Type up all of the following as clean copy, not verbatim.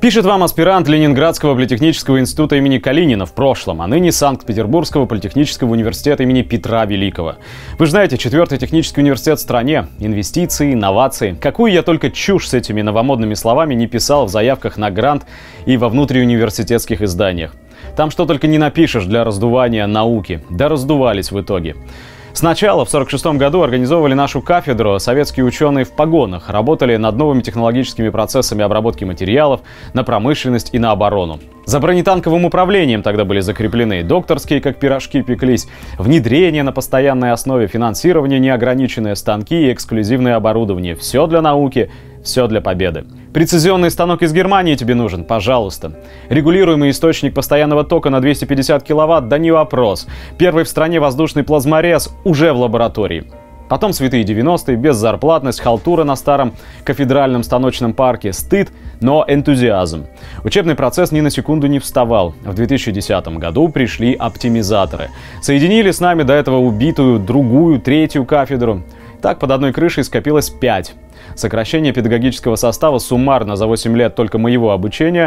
Пишет вам аспирант Ленинградского политехнического института имени Калинина в прошлом, а ныне Санкт-Петербургского политехнического университета имени Петра Великого. Вы же знаете, 4-й технический университет в стране. Инвестиции, инновации. Какую я только чушь с этими новомодными словами не писал в заявках на грант и во внутриуниверситетских изданиях. Там что только не напишешь для раздувания науки. Да раздувались в итоге. Сначала, в 1946 году, организовывали нашу кафедру советские ученые в погонах, работали над новыми технологическими процессами обработки материалов, на промышленность и на оборону. За бронетанковым управлением тогда были закреплены докторские, как пирожки пеклись, внедрение на постоянной основе, финансирование неограниченное, станки и эксклюзивное оборудование. Все для науки, все для победы. Прецизионный станок из Германии тебе нужен? Пожалуйста. Регулируемый источник постоянного тока на 250 киловатт? Да не вопрос. Первый в стране воздушный плазморез уже в лаборатории. Потом святые 90-е, беззарплатность, халтура на старом кафедральном станочном парке. Стыд, но энтузиазм. Учебный процесс ни на секунду не вставал. В 2010 году пришли оптимизаторы. Соединили с нами до этого убитую другую, третью кафедру. Так под одной крышей скопилось 5. Сокращение педагогического состава суммарно за 8 лет только моего обучения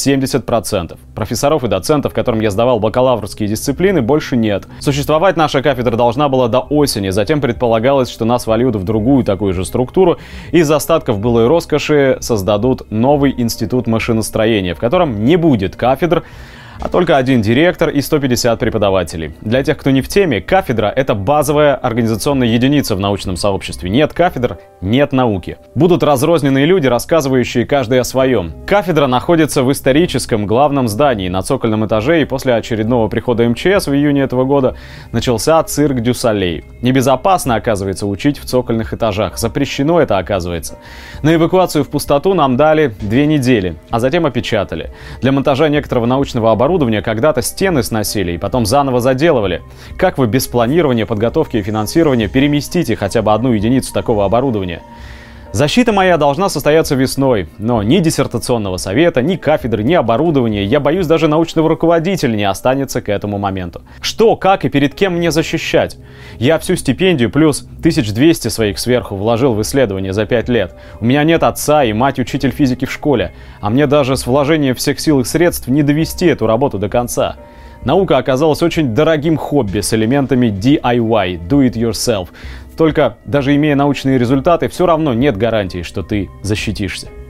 70%. Профессоров и доцентов, которым я сдавал бакалаврские дисциплины, больше нет. Существовать наша кафедра должна была до осени, затем предполагалось, что нас вольют в другую такую же структуру, и из остатков былой роскоши создадут новый институт машиностроения, в котором не будет кафедр, а только один директор и 150 преподавателей. Для тех, кто не в теме, кафедра — это базовая организационная единица в научном сообществе. Нет кафедр — нет науки. Будут разрозненные люди, рассказывающие каждый о своем. Кафедра находится в историческом главном здании на цокольном этаже, и после очередного прихода МЧС в июне этого года начался цирк дю Солей. Небезопасно, оказывается, учить в цокольных этажах. Запрещено это, оказывается. На эвакуацию в пустоту нам дали 2 недели, а затем опечатали. Для монтажа некоторого научного оборудования когда-то стены сносили и потом заново заделывали. Как вы без планирования, подготовки и финансирования переместите хотя бы одну единицу такого оборудования? Защита моя должна состояться весной, но ни диссертационного совета, ни кафедры, ни оборудования, я боюсь, даже научного руководителя не останется к этому моменту. Что, как и перед кем мне защищать? Я всю стипендию плюс 1200 своих сверху вложил в исследование за 5 лет. У меня нет отца и мать учитель физики в школе, а мне даже с вложением всех сил и средств не довести эту работу до конца. Наука оказалась очень дорогим хобби с элементами DIY, do it yourself. Только даже имея научные результаты, все равно нет гарантии, что ты защитишься.